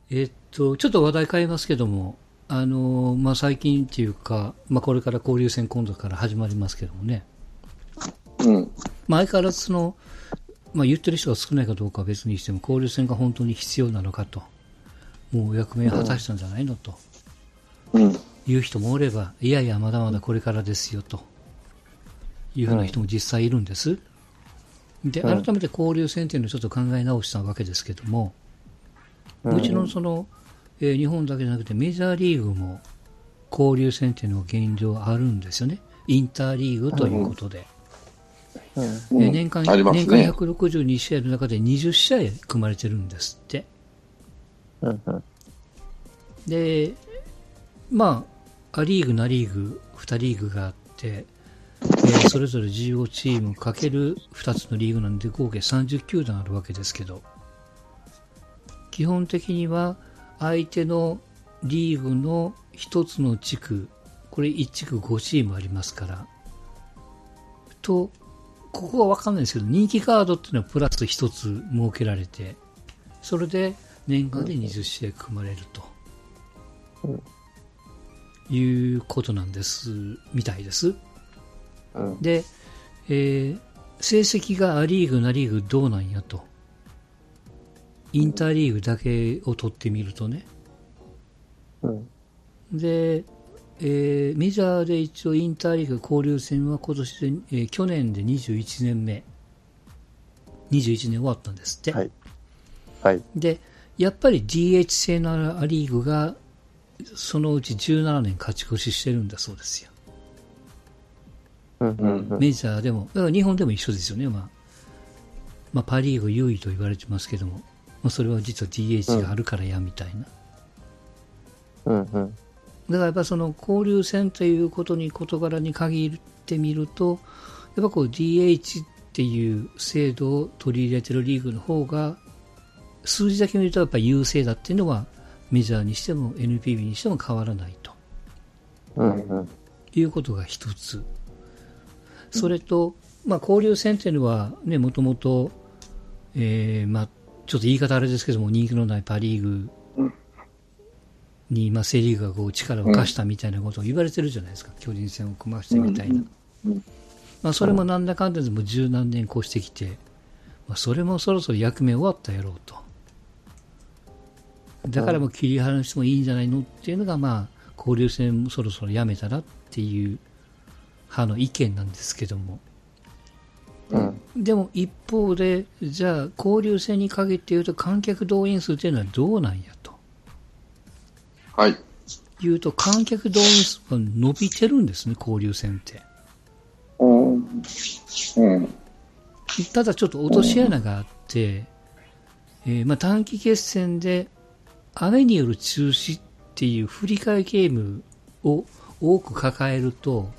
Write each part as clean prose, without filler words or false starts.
ちょっと話題変えますけども、最近っていうか、これから交流戦今度から始まりますけどもね。 うん。 相変わらず言ってる人が少ないかどうかは別にしても、交流戦が本当に必要なのかと、もう役目を果たしたんじゃないのと、いう人もおれば、いやいや、まだまだこれからですよというふうな人も実際いるんです。で、改めて交流戦というのをちょっと考え直したわけですけども、もちろん日本だけじゃなくてメジャーリーグも交流戦というのが現状あるんですよね。インターリーグということで。年間162試合の中で20試合組まれてるんですって。で、アリーグ、ナリーグ、2リーグがあって、それぞれ15チームかける2つのリーグなんで合計30球団あるわけですけど、基本的には相手のリーグの1つの地区、これ1地区5チームありますから、と、ここは分かんないですけど、人気カードっていうのはプラス1つ設けられて、それで年間で20試合組まれると、いうことなんです、みたいです。で、成績がアリーグ、ナリーグどうなんやと。インターリーグだけを取ってみるとね。で、メジャーで一応インターリーグ交流戦は今年で、去年で21年目。21年終わったんですって。で、やっぱり DH 制のアリーグがそのうち17年勝ち越ししてるんだそうですよ。メジャーでも、だから日本でも一緒ですよね。パリーグ優位と言われてますけども、それは実は DH があるからやみたいな。だからやっぱその交流戦ということに事柄に限ってみると、やっぱDH っていう制度を取り入れてるリーグの方が数字だけ見るとやっぱ優勢だっていうのはメジャーにしても NPB にしても変わらないと、いうことが一つ。それと、交流戦っていうのはね、もともと、ちょっと言い方あれですけども、人気のないパリーグに、セリーグが力を貸したみたいなことを言われてるじゃないですか。巨人戦を組ましてみたいな。それもなんだかんだでも十何年越してきて、それもそろそろ役目終わったやろうと。だからもう切り離してもいいんじゃないのっていうのが、交流戦もそろそろやめたらっていう派の意見なんですけども。でも一方で、じゃあ交流戦に限って言うと観客動員数というのはどうなんやと。言うと観客動員数が伸びてるんですね、交流戦って。ただちょっと落とし穴があって、短期決戦で雨による中止っていう振り替えゲームを多く抱えると、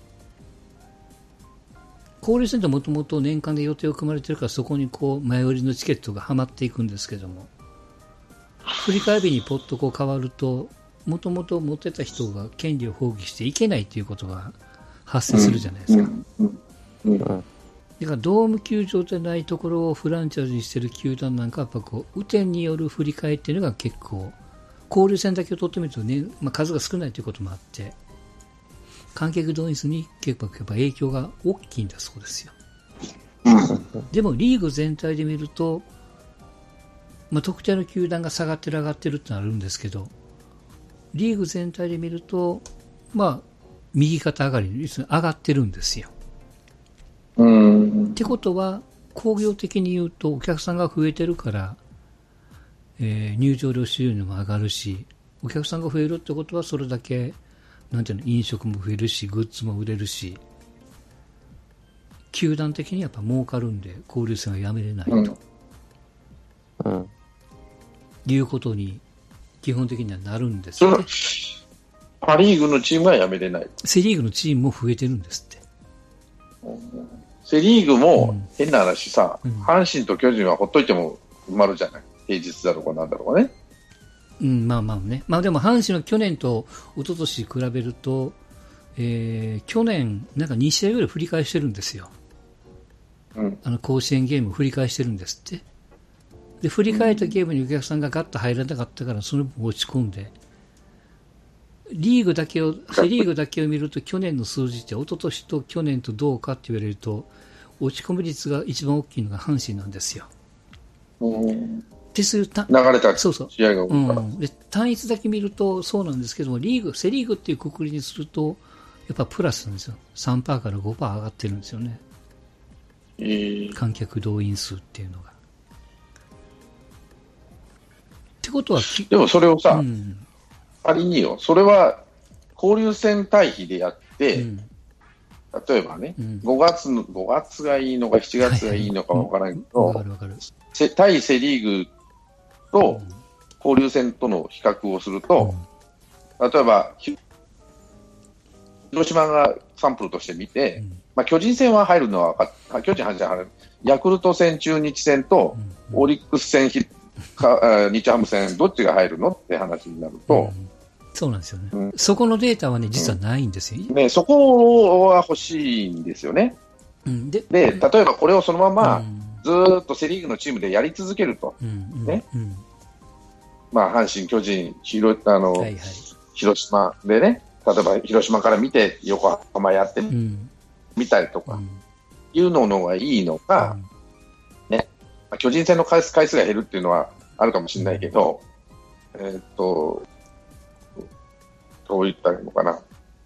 交流戦ってもともと年間で予定を組まれてるから、そこに前売りのチケットがはまっていくんですけども、振り替え日にポッと変わると、もともと持ってた人が権利を放棄していけないということが発生するじゃないですか。だからドーム球場でないところをフランチャイズにしてる球団なんかはやっぱ雨天による振り替えっていうのが結構、交流戦だけを取ってみるとね、数が少ないということもあって、観客動員数に結構やっぱ影響が大きいんだそうですよ。でもリーグ全体で見ると、特定の球団が下がってる上がってるってのはあるんですけど、リーグ全体で見ると、右肩上がりに上がってるんですよ。ってことは、工業的に言うとお客さんが増えてるから、入場料収入も上がるし、お客さんが増えるってことはそれだけ飲食も増えるし、グッズも売れるし、球団的にやっぱ儲かるんで交流戦はやめれないと、いうことに基本的にはなるんですよね。 パリーグのチームはやめれない。 セリーグのチームも増えてるんですって。 セリーグも変な話さ、阪神と巨人はほっといても埋まるじゃない。平日だろうかなんだろうかね。 でも阪神は去年と一昨年比べると、去年なんか2試合ぐらい振り返してるんですよ。甲子園ゲームを振り返してるんですって。 で、振り返ったゲームにお客さんがガッと入らなかったから、その分落ち込んで、セリーグだけを見ると、去年の数字って、一昨年と去年とどうかって言われると、落ち込み率が一番大きいのが阪神なんですよ。です流れたそうそう試合が多いから、 で単一だけ見るとそうなんですけども、セリーグっていうくくりにすると、やっぱプラスなんですよ。3% から 5% 上がってるんですよね。観客動員数っていうのが。ってことは、 でもそれをさ、仮によ、それは交流戦対比でやって、例えばね、5月がいいのか7月がいいのかわからないけど、対セリーグと交流戦との比較をすると、例えば広島がサンプルとして見て、巨人戦は入るのは分かっ巨人、阪神は入る、ヤクルト戦、中日戦とオリックス戦、日ハム戦、どっちが入るのって話になると、 そうなんですよね、そこのデータはね、実はないんですよ、 ね、そこは欲しいんですよね。で例えばこれをそのまま、ずっとセ・リーグのチームでやり続けると、阪神、巨人、広島でね、例えば広島から見て横浜やってみたりとかいうのがいいのか、巨人戦の回数が減るっていうのはあるかもしれないけど、どう言ったらいいのかな、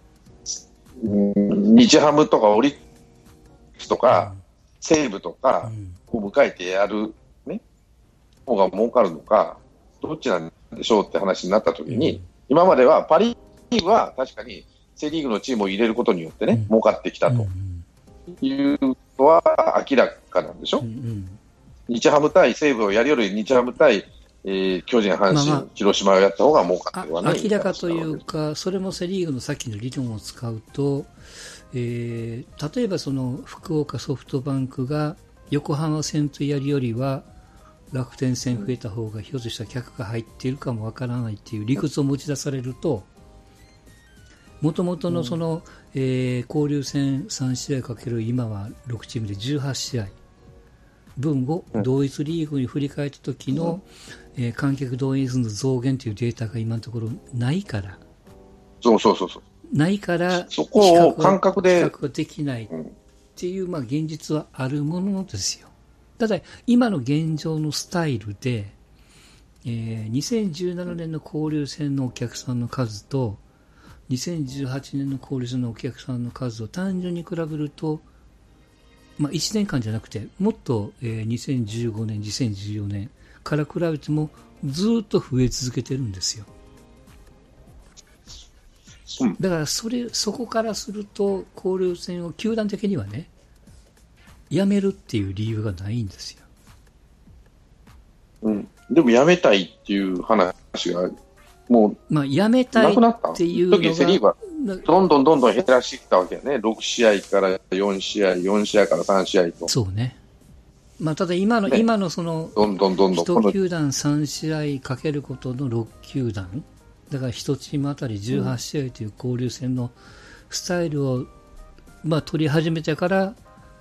日ハムとかオリックスとか西武とかを迎えてやる、方が儲かるのか、どっちなんでしょうって話になったときに、今まではパ・リーグは確かにセ・リーグのチームを入れることによってね、儲かってきたというのは明らかなんでしょ。日ハム対西武をやるより日ハム対巨人、阪神、広島をやった方が儲かってるわね。 明らかというか、それもセ・リーグのさっきの理論を使うと、例えばその福岡ソフトバンクが横浜戦とやるよりは楽天戦増えた方がひょっとしたら客が入っているかもわからないっていう理屈を持ち出されると、もともとのその、交流戦3試合かける今は6チームで18試合分を同一リーグに振り返った時の、観客動員数の増減というデータが今のところないから、ないからそこを感覚で比較ができないっていう、現実はあるものですよ。ただ今の現状のスタイルで、2017年の交流戦のお客さんの数と2018年の交流戦のお客さんの数を単純に比べると、1年間じゃなくてもっと、2015年2014年から比べてもずっと増え続けてるんですよ。だからそこからすると交流戦を球団的にはね、やめるっていう理由がないんですよ。 でもやめたいっていう話がもうやめたいっていうのがセ・リーグはどんどん減らしてきたわけよね。6試合から4試合、4試合から3試合と。 そうね。ただ今のその1球団3試合かけることの6球団だから1チームあたり18試合という交流戦のスタイルを、取り始めてから、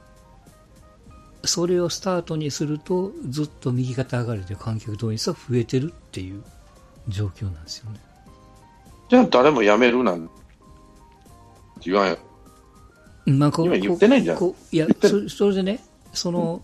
それをスタートにするとずっと右肩上がりで観客動員数が増えてるっていう状況なんですよね。 じゃあ誰もやめるなんて言わんよ。今言ってないんじゃん。 いや、それでね、その、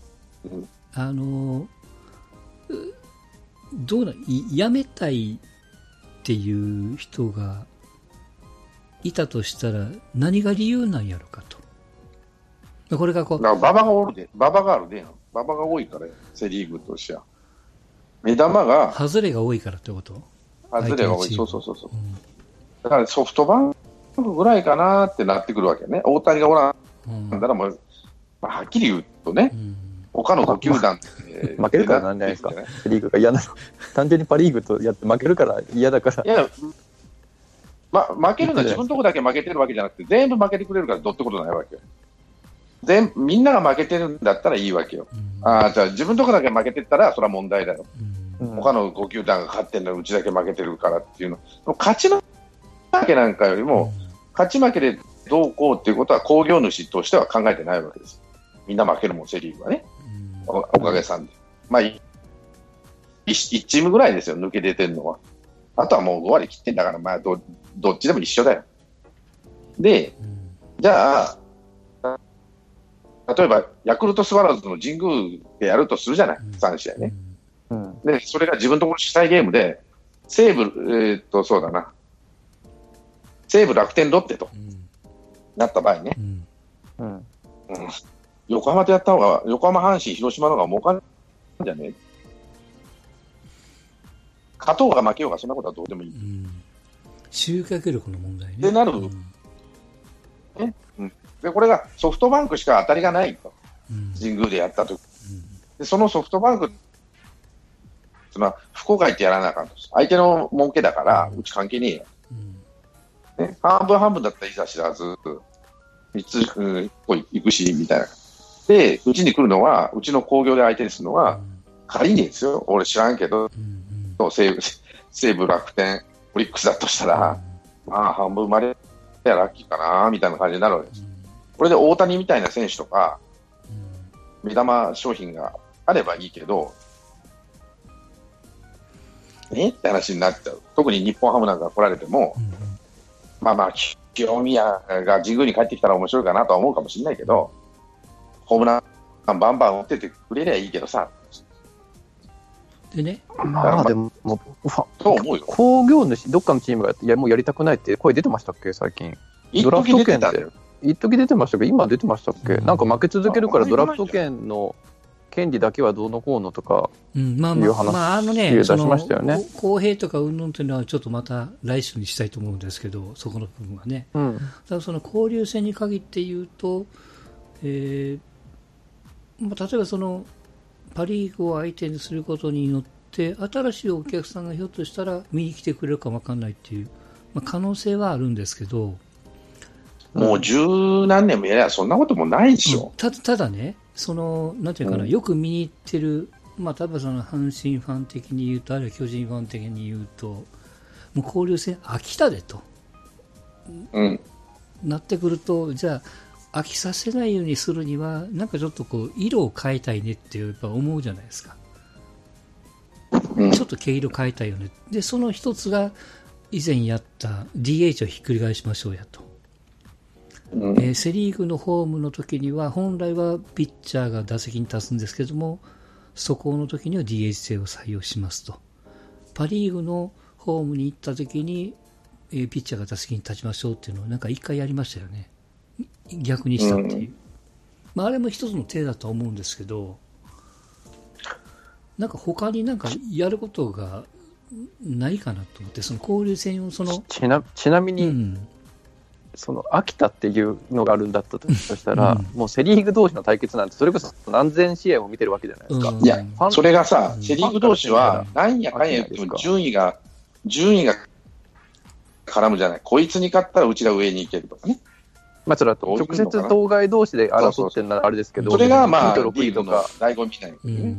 どうやめたいっていう人がいたとしたら何が理由なんやろかと。これが馬場がおるで、馬場があるでやん。馬場が多いからセ・リーグとしては。目玉が外れが多いからってこと。 外れが多い。そう。だからソフトバンクぐらいかなってなってくるわけね。大谷がおらんだらもう、はっきり言うとね、他の5球団負けるからなんじゃないですか。セ・リーグが嫌なの。単純にパ・リーグとやって負けるから嫌だから。 いや、負けるのは自分のとこだけ負けてるわけじゃなくて、全部負けてくれるからどうってことないわけよ。みんなが負けてるんだったらいいわけよ。じゃあ自分のとこだけ負けてったらそれは問題だよ。他の5球団が勝ってるのにうちだけ負けてるからっていうの。勝ち負けなんかよりも、勝ち負けでどうこうっていうことは興行主としては考えてないわけです。みんな負けるもん、セ・リーグはね。おかげさんで。 1チームぐらいですよ、抜け出てるのは。あとはもう5割切ってんだから、まあどっちでも一緒だよ。で、じゃあ、例えばヤクルトスワローズの神宮でやるとするじゃない、3試合ね。で、それが自分のところ主催ゲームで、西武、そうだな、西武、楽天、ロッテとなった場合ね、横浜とやった方が、横浜、阪神、広島の方が儲かるんじゃねえ。勝とうが負けようがそんなことはどうでもいい。 集客力の問題ね。 でなる、でこれがソフトバンクしか当たりがないと、神宮でやったとき、でそのソフトバンクってのは福岡行ってやらなあかんと、相手の儲けだから、うち関係ねえよ、ね、半分半分だったらいざ知らず、3つ行くしみたいな。で、うちに来るのは、うちの興行で相手にするのは、仮にですよ、俺知らんけど、西武、楽天、オリックスだとしたら、まあ半分までやラッキーかなみたいな感じになるわけです。これで大谷みたいな選手とか、目玉商品があればいいけど、って話になっちゃう。特に日本ハムなんか来られても、まあ清宮が神宮に帰ってきたら面白いかなとは思うかもしれないけど、ホームランバンバン打っててくれりゃいいけどさ。 でね、 でも、 そう思うよ。 工業主、どっかのチームがもうやりたくないって声出てましたっけ、最近。ドラフト権って。一時出てましたけど、今出てましたっけ、なんか負け続けるからドラフト権の権利だけはどうのこうのとかいう話出しましたよね。 公平とか云々というのはちょっとまた来週にしたいと思うんですけど、そこの部分はね。ただその交流戦に限って言うと、例えばそのパ・リーグを相手にすることによって新しいお客さんがひょっとしたら見に来てくれるかもわかんないっていう、可能性はあるんですけど、 もう十何年もやればそんなこともないでしょ。 ただね、なんていうかな、よく見に行ってる、例えばその阪神ファン的に言うと、あるいは巨人ファン的に言うと、もう交流戦飽きたでと、なってくると、じゃあ飽きさせないようにするにはなんかちょっとこう色を変えたいねってやっぱ思うじゃないですか。ちょっと毛色変えたいよね。でその一つが以前やった DH をひっくり返しましょうやと。セリーグのホームの時には本来はピッチャーが打席に立つんですけども、そこの時には DH 制を採用しますと。パリーグのホームに行った時に、ピッチャーが打席に立ちましょうっていうのをなんか一回やりましたよね。逆にしたっていう、あれも一つの手だと思うんですけど、なんか他になんかやることがないかなと思って、その交流戦をちなみに、その秋田っていうのがあるんだったとしたら、もうセ・リーグ同士の対決なんてそれこそ何千試合も見てるわけじゃないですか。 いやそれがさ、セ・リーグ同士はなんやかんや言っても順位が絡むじゃない。こいつに勝ったらうちが上に行けるとかね。 それは直接当該同士で争ってるならあれですけど、 それがリーグの醍醐味なんですね。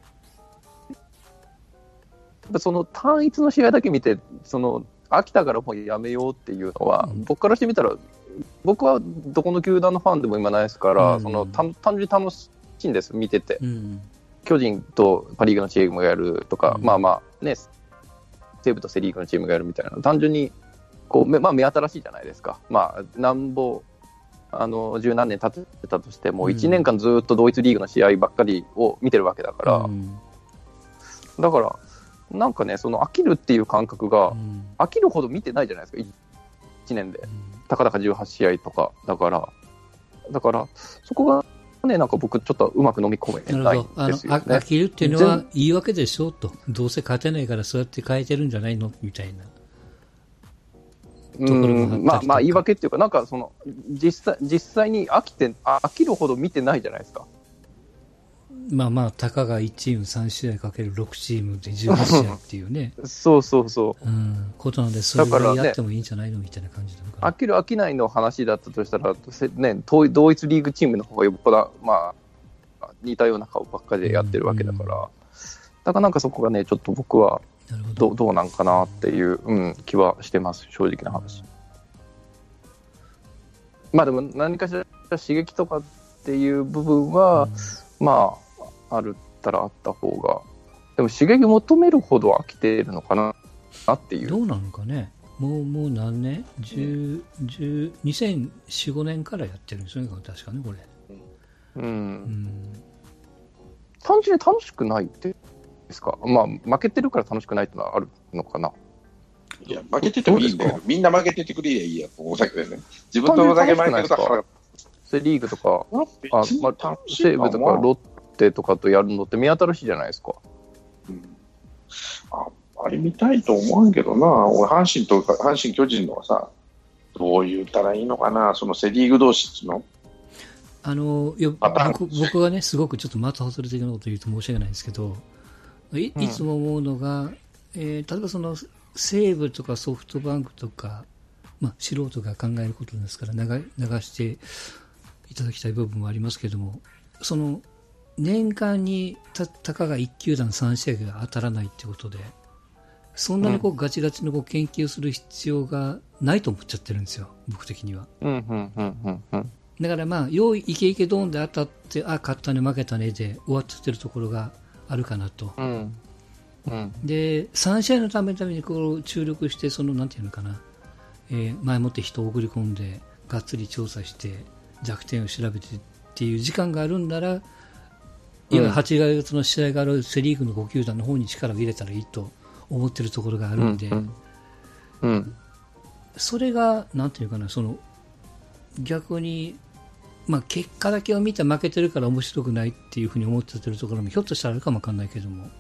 その単一の試合だけ見て、秋田からもうやめようっていうのは、僕からしてみたら、僕はどこの球団のファンでも今ないですから、単純に楽しいんです、見てて。巨人とパ・リーグのチームがやるとか、西武とセ・リーグのチームがやるみたいな、単純にこう目新しいじゃないですか。なんぼ十何年経ってたとしても、1年間ずっと同一リーグの試合ばっかりを見てるわけだから、だからなんかね、その飽きるっていう感覚が、飽きるほど見てないじゃないですか、1年でたかだか18試合とかだからそこがね、なんか僕ちょっとうまく飲み込めないんですよね。 飽きるっていうのは言い訳でしょと、どうせ勝てないからそうやって変えてるんじゃないのみたいなところがあったりとか。 言い訳っていうか、なんか実際に飽きるほど見てないじゃないですか。 たかが1チーム3試合かける6チームで18試合っていうねそう、 ことなんで、それぐらいやってもいいんじゃないのみたいな感じなのかな。 飽きる飽きないの話だったとしたら、同一リーグチームの方がよっぽど似たような顔ばっかりでやってるわけだから、だからなんかそこがね、ちょっと僕はどうなんかなっていう、気はしてます、正直な話。でも何かしら刺激とかっていう部分は、あるったらあった方がでも刺激求めるほど飽きているのかなっていう。 どうなのかね。もう何年2004、5年からやってるんですよね、確かね、これ。 単純に楽しくないですか。まあ、負けてるから楽しくないってのはあるのかな。 いや、負けててもいいんだよ。みんな負けててくれりゃいいやと思うだけでね。自分とだけ負けてると腹がセリーグとか、西武とかロッテとかとやるのって見新しいじゃないですか。 あれ見たいと思わんけどな。俺、阪神巨人のはさ、どう言ったらいいのかな、そのセリーグ同士の。 僕がね、すごくちょっと的外れ的なことを言うと申し訳ないんですけど、いつも思うのが、例えばその西武とかソフトバンクとか、素人が考えることですから流していただきたい部分もありますけども、その年間にたかが1球団3試合が当たらないってことで、そんなにガチガチの研究する必要がないと思っちゃってるんですよ、僕的には。だからよいイケイケドーンで当たって、勝ったね負けたねで終わっちゃってるところがあるかなと。で3試合のために注力して、なんていうのかな、前もって人を送り込んでがっつり調査して弱点を調べてっていう時間があるんなら、いわゆる8月の試合があるセリーグの5球団の方に力を入れたらいいと思ってるところがあるんで、それがなんていうかな、逆に、結果だけを見て負けてるから面白くないっていうふうに思っちゃってるところもひょっとしたらあるかもわかんないけども、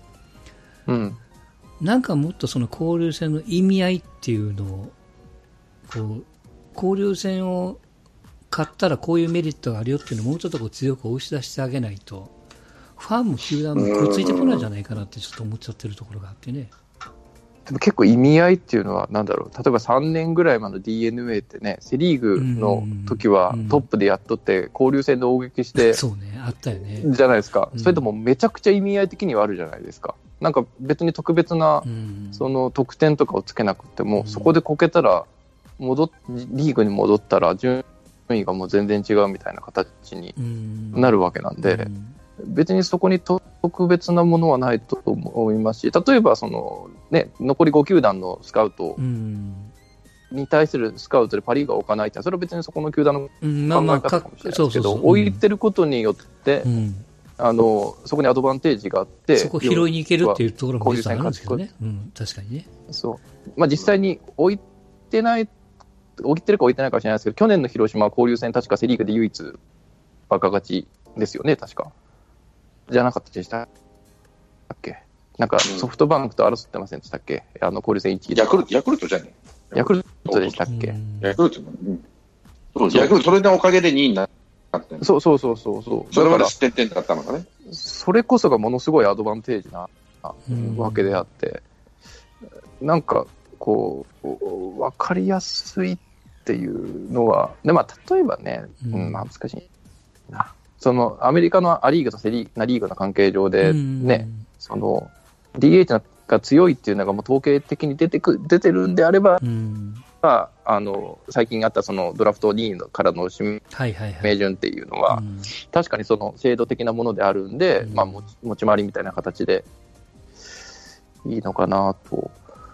なんかもっとその交流戦の意味合いっていうのを交流戦を勝ったらこういうメリットがあるよっていうのをもうちょっと強く押し出してあげないと、ファンも球団もくっついてこないんじゃないかなってちょっと思っちゃってるところがあってね。 でも結構意味合いっていうのはなんだろう、例えば3年ぐらい前の DNA ってね、セリーグの時はトップでやっとって交流戦で大激してそうね、あったよねじゃないですか。それともめちゃくちゃ意味合い的にはあるじゃないですか。なんか別に特別なその得点とかをつけなくても、そこでこけたらリーグに戻ったら順位がもう全然違うみたいな形になるわけなんで、別にそこに特別なものはないと思いますし、例えば残り5球団のスカウトに対するスカウトでパ・リーグが置かないって、それは別にそこの球団の考え方かもしれないですけど、置いてることによって、そこにアドバンテージがあって、 そこ拾いに行けるっていうところも実はあるんですけどね。確かにね。 実際に置いてるか置いてないかもしれないですけど、去年の広島は交流戦確かセリーグで唯一バカ勝ちですよね、確か。じゃなかったでしたっけ。なんかソフトバンクと争ってませんでしたっけ、交流戦1位。 ヤクルトじゃねえ。 ヤクルトでしたっけ。 ヤクルト、ヤクルト、それのおかげで2位になった。 そう。それまで失点だったのかね。 それこそがものすごいアドバンテージなわけであって、なんか分かりやすいっていうのは、で例えばね、難しいな。アメリカのア・リーグとナ・リーグの関係上でね、DH が強いっていうのがもう統計的に出てるんであれば、最近あったドラフト2位からの指名順っていうのは、確かに制度的なものであるんで、持ち回りみたいな形でいいのかなと。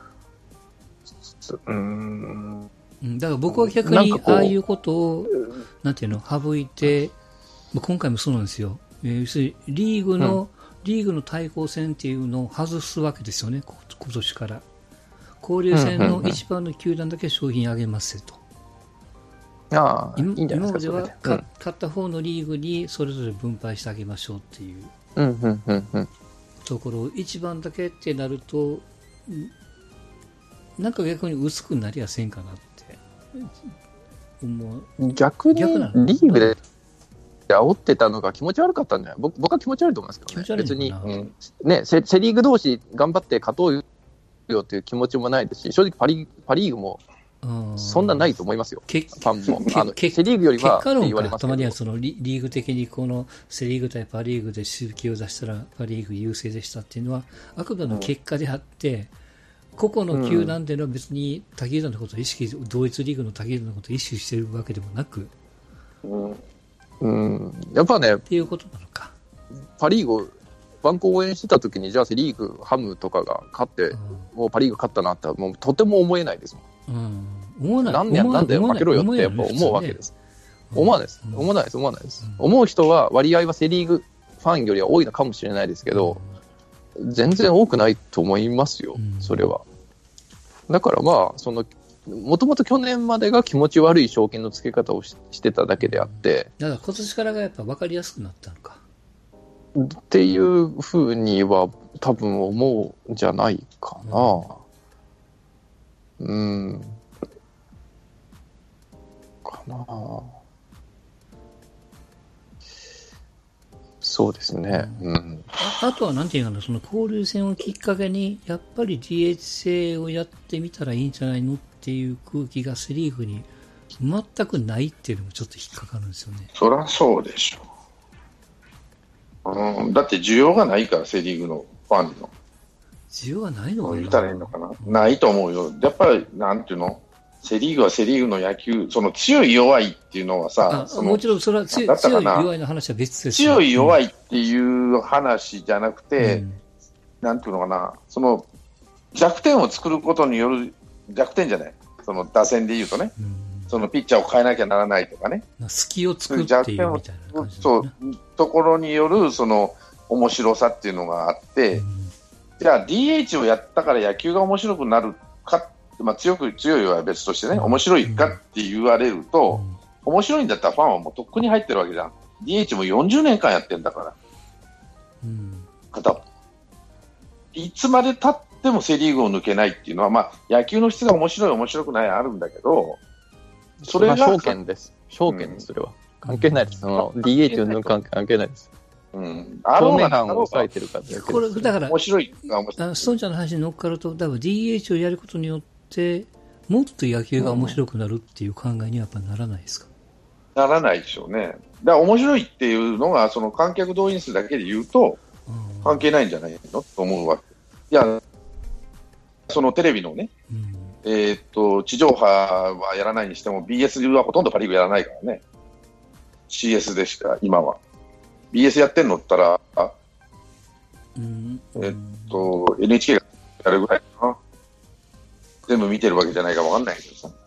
だから僕は逆にああいうことをなんていうの省いて、今回もそうなんですよ。要するにリーグの対抗戦っていうのを外すわけですよね、今年から。交流戦の一番の球団だけ商品あげますと。今までは勝った方のリーグにそれぞれ分配してあげましょうっていうところを一番だけってなると、なんか逆に薄くなりやせんかなって思う。 逆にリーグで煽ってたのが気持ち悪かったんじゃない。僕は気持ち悪いと思いますけどね。別に、セリーグ同士頑張って勝とうよという気持ちもないですし、正直パリーグもそんなないと思いますよ。ファンもセリーグよりはって言われますけど、 たまにはリーグ的にこのセリーグ対パリーグで集計を出したらパリーグ優勢でしたっていうのはあくまでも結果であって、個々の球団での別に他球団のことを意識、同一リーグの他球団のことを意識しているわけでもなく、 やっぱね、 っていうことなのか。 パリーグ番号応援してた時に、じゃあセリーグ、ハムとかが勝って、もうパリーグ勝ったなって、もうとても思えないですもん。 思わない。 なんで負けろよってやっぱ思うわけです。思わないです。思わないです。思う人は割合はセリーグファンよりは多いのかもしれないですけど、全然多くないと思いますよ、それは。だからまあ、もともと去年までが気持ち悪い賞金の付け方をしてただけであって、 だから今年からがやっぱ分かりやすくなったのか。 っていうふうには多分思うんじゃないかな。かな。そうですね。 あとはなんていうかな、その交流戦をきっかけに、やっぱり DH 制をやってみたらいいんじゃないのっていう空気がセリーグに全くないっていうのもちょっと引っかかるんですよね。 そりゃそうでしょ。だって需要がないから、セリーグのファンの。 需要がないのかな。 言ったらいいのかな。ないと思うよ。やっぱり、なんていうの、セリーグはセリーグの野球、その強い弱いっていうのはさ、 もちろんそれは強い弱いの話は別です。 強い弱いっていう話じゃなくて、なんていうのかな、その弱点を作ることによる、弱点じゃない、その打線でいうとね、そのピッチャーを変えなきゃならないとかね、 隙を作っていうみたいな感じ、 そうところによるその面白さっていうのがあって、じゃあ DH をやったから野球が面白くなるか、強いは別としてね、面白いかって言われると、面白いんだったらファンはもうとっくに入ってるわけじゃん。DH も40年間やってんだから、いつまでたってもセリーグを抜けないっていうのは、野球の質が面白い面白くないあるんだけど、それが証券です。証券です。それは関係ないです。その DH を抜く関係ないです。 あろうがを抑えてるかってこれだから面白いストンちゃんの話に乗っかると、多分 DH をやることによってもっと野球が面白くなるっていう考えにはやっぱならないですか。 ならないでしょうね。だから面白いっていうのがその観客動員数だけで言うと関係ないんじゃないのと思うわけ。いや、そのテレビのね、地上波はやらないにしても BS はほとんどパリーグやらないからね。CS でしか今は BS やってんのって言ったら、NHK がやるぐらいかな。全部見てるわけじゃないか分かんないけどさ。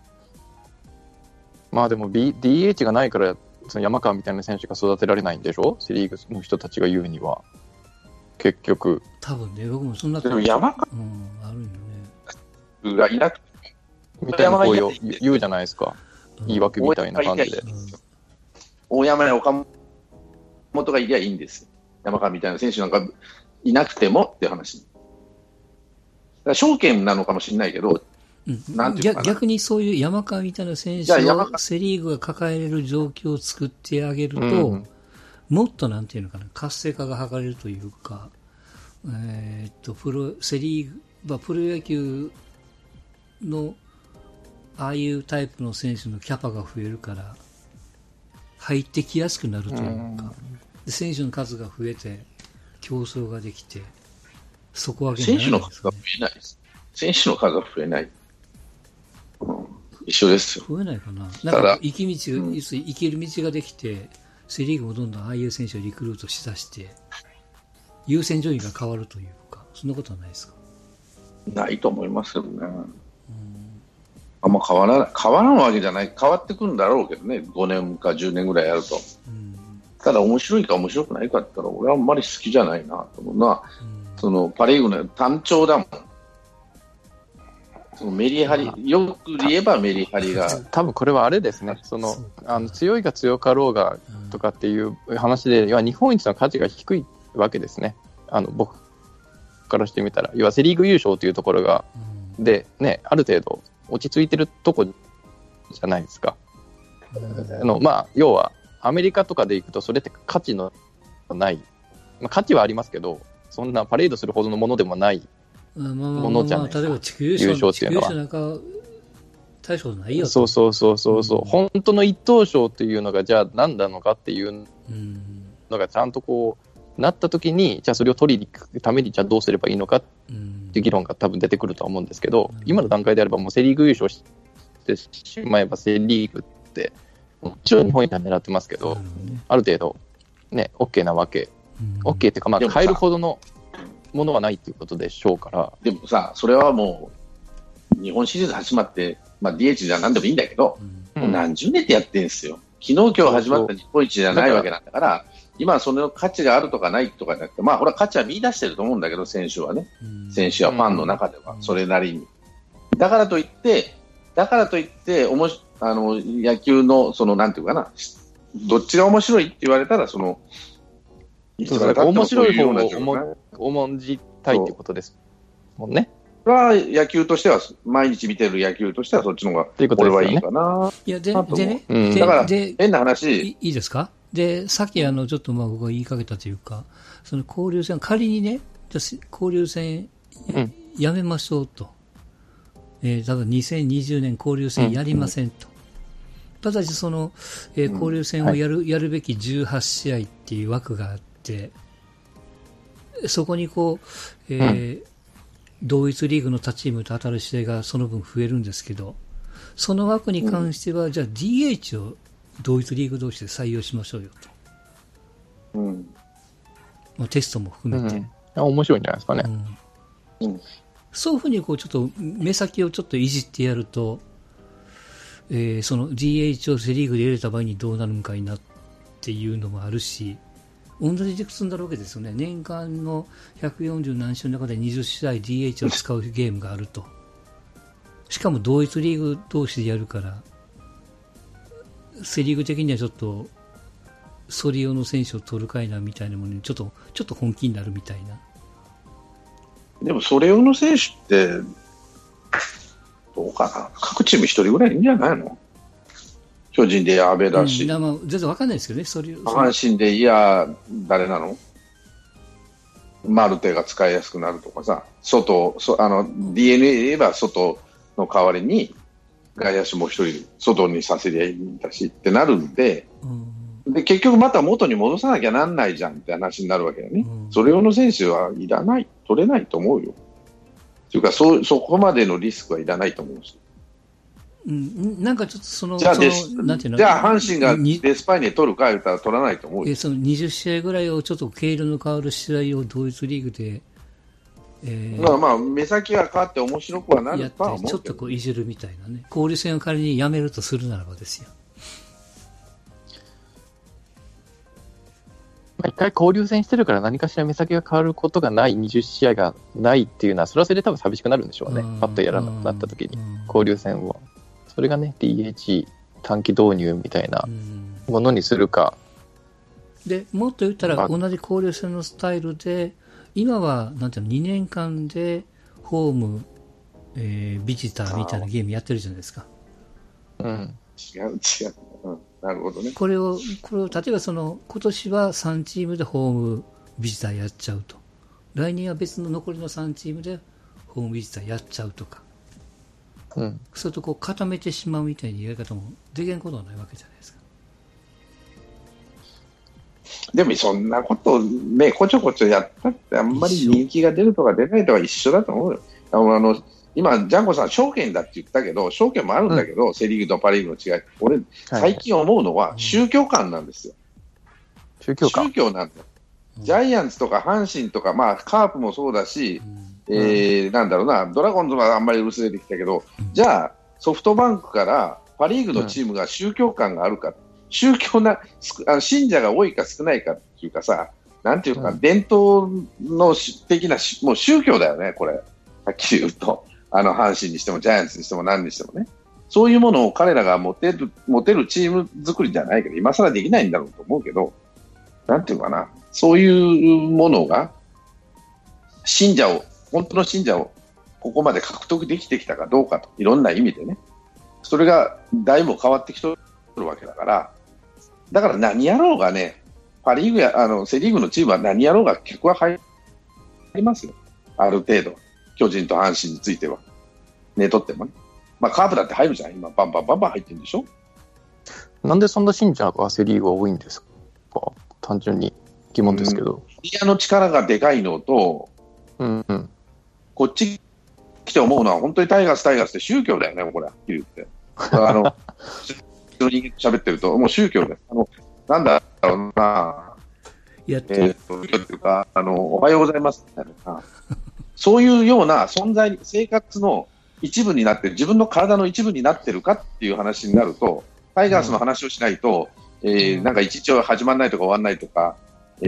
まあでも、DH がないからその山川みたいな選手が育てられないんでしょ、セリーグの人たちが言うには。結局多分ね、僕もそんなでも山川あるよねがいなくてみたいな声を言うじゃないですか、言い訳みたいな感じで。 大山や岡本がいりゃいいんです。山川みたいな選手なんかいなくてもっていう話。だから証券なのかもしれないけど、なんていうかな、 逆にそういう山川みたいな選手をセリーグが抱える状況を作ってあげると、もっとなんていうのかな、活性化が図れるというか、セリーグ、プロ野球のああいうタイプの選手のキャパが増えるから入ってきやすくなるというか、選手の数が増えて競争ができて底上げになるんですかね。 選手の数が増えない。一緒ですよ。 増えないかな。なんか行ける道ができて、セリーグもどんどんああいう選手をリクルートしだして優先順位が変わるというか、そんなことはないですか。ないと思いますよね。あんま変わらんわけじゃない。変わってくるんだろうけどね、5年か10年ぐらいやると。ただ面白いか面白くないかって言ったら俺はあんまり好きじゃないなと思うのは、そのパ・リーグの単調だもん。そのメリハリ、よく言えばメリハリが多分これはあれですね、強いが強かろうがとかっていう話で、要は日本一の価値が低いわけですね、僕からしてみたら。要はセ・リーグ優勝というところが、でね、ある程度落ち着いてるとこじゃないですか。要はアメリカとかでいくとそれって価値のない、価値はありますけど、そんなパレードするほどのものでもないものじゃないですか。 例えば地区優勝っていうのはなんか大したことないよと。 そう、本当の一等賞というのがじゃあ何なのかっていうのがちゃんとこうなった時に、じゃあそれを取りに行くためにじゃあどうすればいいのかっていう議論が多分出てくるとは思うんですけど、今の段階であればもうセリーグ優勝してしまえばセリーグってもちろん日本一は狙ってますけど、ある程度ね OK なわけ OK っていうか、まあ、変えるほどのものはないっていうことでしょうから。 でもさ、それはもう、日本シリーズ始まって、まあ、DH じゃ何でもいいんだけど、もう何十年ってやってるんですよ。昨日今日始まった日本一じゃないわけなんだから、今その価値があるとかないとかじゃなくて、まあ、これは価値は見出してると思うんだけど、選手はね。選手やファンの中では、それなりに。だからといって、野球の、なんていうかな、どっちが面白いって言われたら、 面白い方を重んじたいってことですもんね。 それは野球としては、毎日見てる野球としては、そっちの方が俺はいいかな。 いや、でね、 だから、変な話。 いいですか？で、さっきちょっと僕が言いかけたというか、その交流戦、仮にね、交流戦やめましょうと。多分2020年交流戦やりませんと。ただし交流戦をやるべき18試合っていう枠があって、そこに同一リーグの他チームと当たる試合がその分増えるんですけど、その枠に関しては、じゃあ DH を同一リーグ同士で採用しましょうよと。まあ、テストも含めて。 面白いんじゃないですかね。 そういうふうにちょっと目先をちょっといじってやると、その DH をセリーグで入れた場合にどうなるんかいなっていうのもあるし、同じで進んだわけですよね。年間の140何週の中で20試合 DH を使うゲームがあると。しかも同一リーグ同士でやるから、セリーグ的にはちょっとソリオの選手を取るかいなみたいなものにちょっと本気になるみたいな。 でもソリオの選手ってどうかな、各チーム1人ぐらいいいんじゃないの？巨人で阿部だし、 まあ、全然わかんないですけどね。 阪神で誰なの？マルテが使いやすくなるとかさ、DNA で言えば外の代わりに外野手も1人外にさせりゃいいんだしってなるんで、で結局また元に戻さなきゃなんないじゃんって話になるわけだよね。それ用の選手はいらない、取れないと思うよ。というかそこまでのリスクはいらないと思うし。 なんかちょっとじゃあ阪神がデスパイネ取るか言ったら取らないと思うよ。 その20試合ぐらいをちょっと毛色の変わる試合を同一リーグで、 まあ目先が変わって面白くはなるとは思うけど、 ちょっといじるみたいなね。交流戦を仮にやめるとするならばですよ。 一回交流戦してるから何かしら目先が変わることがない20試合がないっていうのは、それはそれで多分寂しくなるんでしょうね。パッとやらなくなった時に交流戦を、それがね DH 短期導入みたいなものにするか。 でもっと言ったら同じ交流戦のスタイルで、今はなんていうの、2年間でホーム、ビジターみたいなゲームやってるじゃないですか。 違う、なるほどね。 これを例えば今年は3チームでホームビジターやっちゃうと、来年は別の残りの3チームでホームビジターやっちゃうとか、それと固めてしまうみたいなやり方もできんことはないわけじゃないですか。 でもそんなことね、こちょこちょやったってあんまり人気が出るとか出ないとか一緒だと思うよ。今、ジャンゴさん、証券だって言ったけど、証券もあるんだけど、セ・リーグとパ・リーグの違い、俺、最近思うのは、宗教観なんですよ。宗教なんだよ。ジャイアンツとか阪神とか、まあ、カープもそうだし、なんだろうな、ドラゴンズはあんまり薄れてきたけど、じゃあ、ソフトバンクからパ・リーグのチームが宗教観があるか、信者が多いか少ないかっていうかさ、なんていうか、伝統の的な、もう宗教だよね、これ、はっきり言うと。阪神にしてもジャイアンツにしても何にしてもね、そういうものを彼らが持てるチーム作りじゃないけど、今更できないんだろうと思うけど、なんていうかな、そういうものが本当の信者をここまで獲得できてきたかどうかと、いろんな意味でね、それがだいぶ変わってきてるわけだから、何やろうがね、パ・リーグやセ・リーグのチームは何やろうが客は入りますよ、ある程度。巨人と阪神についてはね、とってもね、まあ、カープだって入るじゃん、今バンバン入ってるんでしょ。なんでそんな信者がセ・リーグは多いんですか？単純に疑問ですけど。 メディアの力がでかいのと、こっち来て思うのは本当にタイガースって宗教だよね、もうこれはっきり言って。普通の人間と喋ってるともう宗教です。なんだろうな、 やっと、 というか、おはようございますみたいな、そういうような存在、生活の一部になってる、自分の体の一部になってるかっていう話になると、タイガースの話をしないと、なんか一日始まらないとか終わらないとか、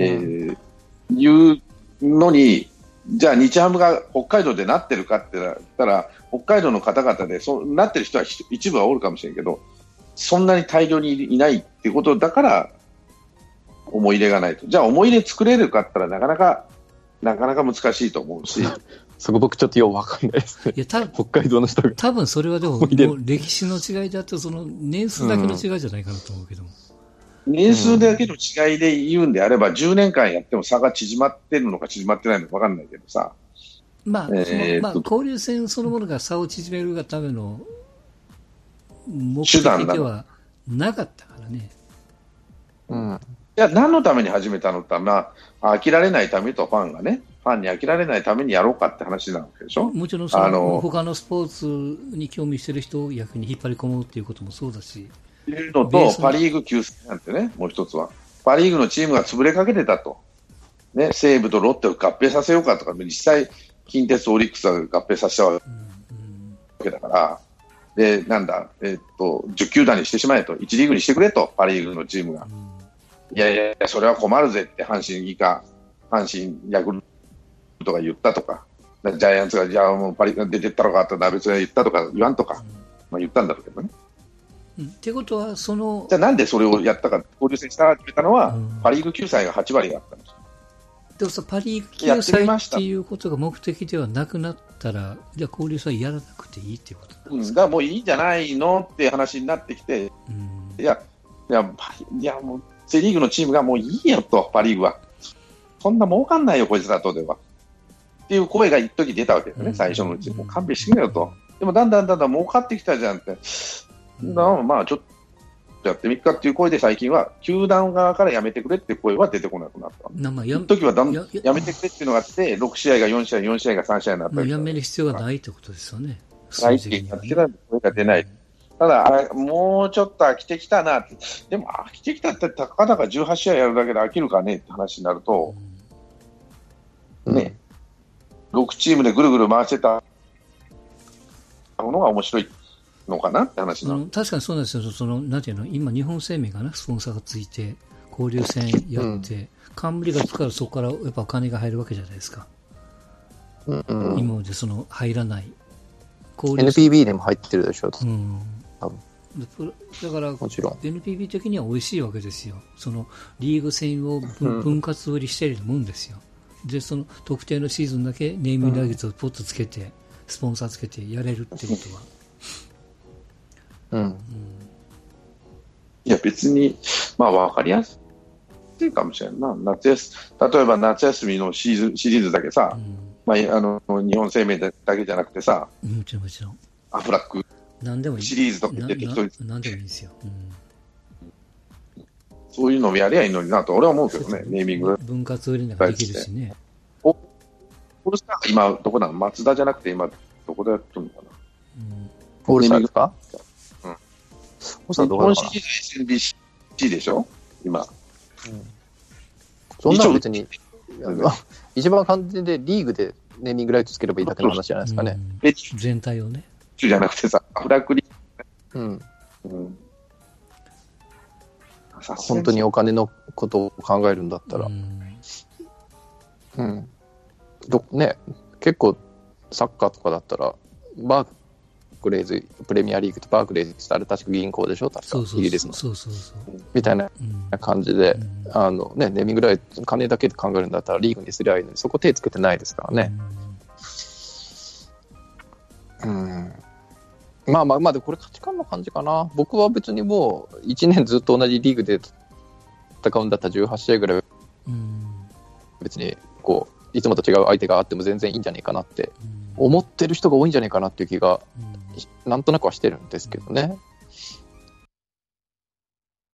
いうのに、じゃあ日ハムが北海道でなってるかって言ったら、北海道の方々でそうなってる人は一部はおるかもしれんけど、そんなに大量にいないっていうことだから思い入れがないと。じゃあ思い入れ作れるかって言ったらなかなか難しいと思うしそこ僕ちょっとよくわかんないですね。 いや北海道の人が多分それはでも、もう歴史の違いだと、その年数だけの違いじゃないかなと思うけども、 年数だけの違いで言うんであれば、10年間やっても差が縮まってるのか縮まってないのか分かんないけどさ、 まあ交流戦そのものが差を縮めるがための目的ではなかったからね。 いや、何のために始めたのって、飽きられないためとファンに飽きられないためにやろうかって話なわけでしょ。 もちろん他のスポーツに興味してる人を逆に引っ張り込むっていうこともそうだし、 いうのとパ・リーグ救済なんてね、もう一つはパ・リーグのチームが潰れかけてたと、ね、西武とロッテを合併させようかとか、実際近鉄、オリックスは合併させたわけだから、で10球団にしてしまえと、1リーグにしてくれと、パ・リーグのチームが、いやいやそれは困るぜって阪神ヤクルトが言ったとか、ジャイアンツがじゃあもうパ・リーグが出てったのかって別が言ったとか言わんとか、言ったんだろうけどね。 ってことはじゃあなんでそれをやったか、交流戦した決めたのは、パ・リーグ救済が8割あったんです。 でもさ、パ・リーグ救済っていうことが目的ではなくなったら、じゃあ交流戦やらなくていいっていうことなんですか。 もういいんじゃないのっていう話になってきて、いやもうセ・リーグのチームがもういいよと、パ・リーグはそんな儲かんないよこいつらとではっていう声が一時出たわけですね、最初のうち。もう勘弁してくれよと。でもだんだん儲かってきたじゃんって、まあちょっとやってみっかっていう声で、最近は球団側からやめてくれっていう声は出てこなくなった。一時はやめてくれっていうのがあって、6試合が4試合、4試合が3試合になったり、 やめる必要がないってことですよね。 ないっていう声が出ない。ただもうちょっと飽きてきたなって。でも飽きてきたってたかだか18試合やるだけで飽きるかねって話になると、ね、6チームでぐるぐる回してたものが面白いのかなって話なの。 確かにそうなんですよ。なんていうの、今日本生命がスポンサーがついて交流戦やって、冠がつくからそこからやっぱお金が入るわけじゃないですか。今まで入らない NPB でも入ってるでしょ。 だからもちろん NPB 的には美味しいわけですよ。リーグ戦を分割売りしているもんですよ。で特定のシーズンだけネーミングライツをポッとつけて、スポンサーつけてやれるってことは、 いや別に分かりやすいかもしれんな。例えば夏休みのシリーズだけさ、日本生命だけじゃなくてさ、 もちろんアフラックシリーズとか出てきて、 何でもいいですよ。 そういうのをやりゃいいのになと俺は思うけどね。ネーミング分割売りなんかできるしね。 オールスターが今どこなの？松田じゃなくて今どこでやってるのかな。 オールスターですか？ 日本シリーズ SNBC でしょ今。 そんなの別に一番完全でリーグでネーミングライトつければいいだけの話じゃないですかね。 全体をね。 じゃなくてさ、アフラックリーグ。 本当にお金のことを考えるんだったら、結構サッカーとかだったらバークレーズプレミアリーグとバークレーズってあれ確か銀行でしょ、確かイギリスのみたいな感じで、ネーミングライト金だけで考えるんだったらリーグにすりゃいいのに、そこ手つけてないですからね。まあでこれ価値観の感じかな。僕は別にもう1年ずっと同じリーグで戦うんだったら18試合ぐらい別にいつもと違う相手があっても全然いいんじゃないかなって思ってる人が多いんじゃないかなっていう気がなんとなくはしてるんですけどね。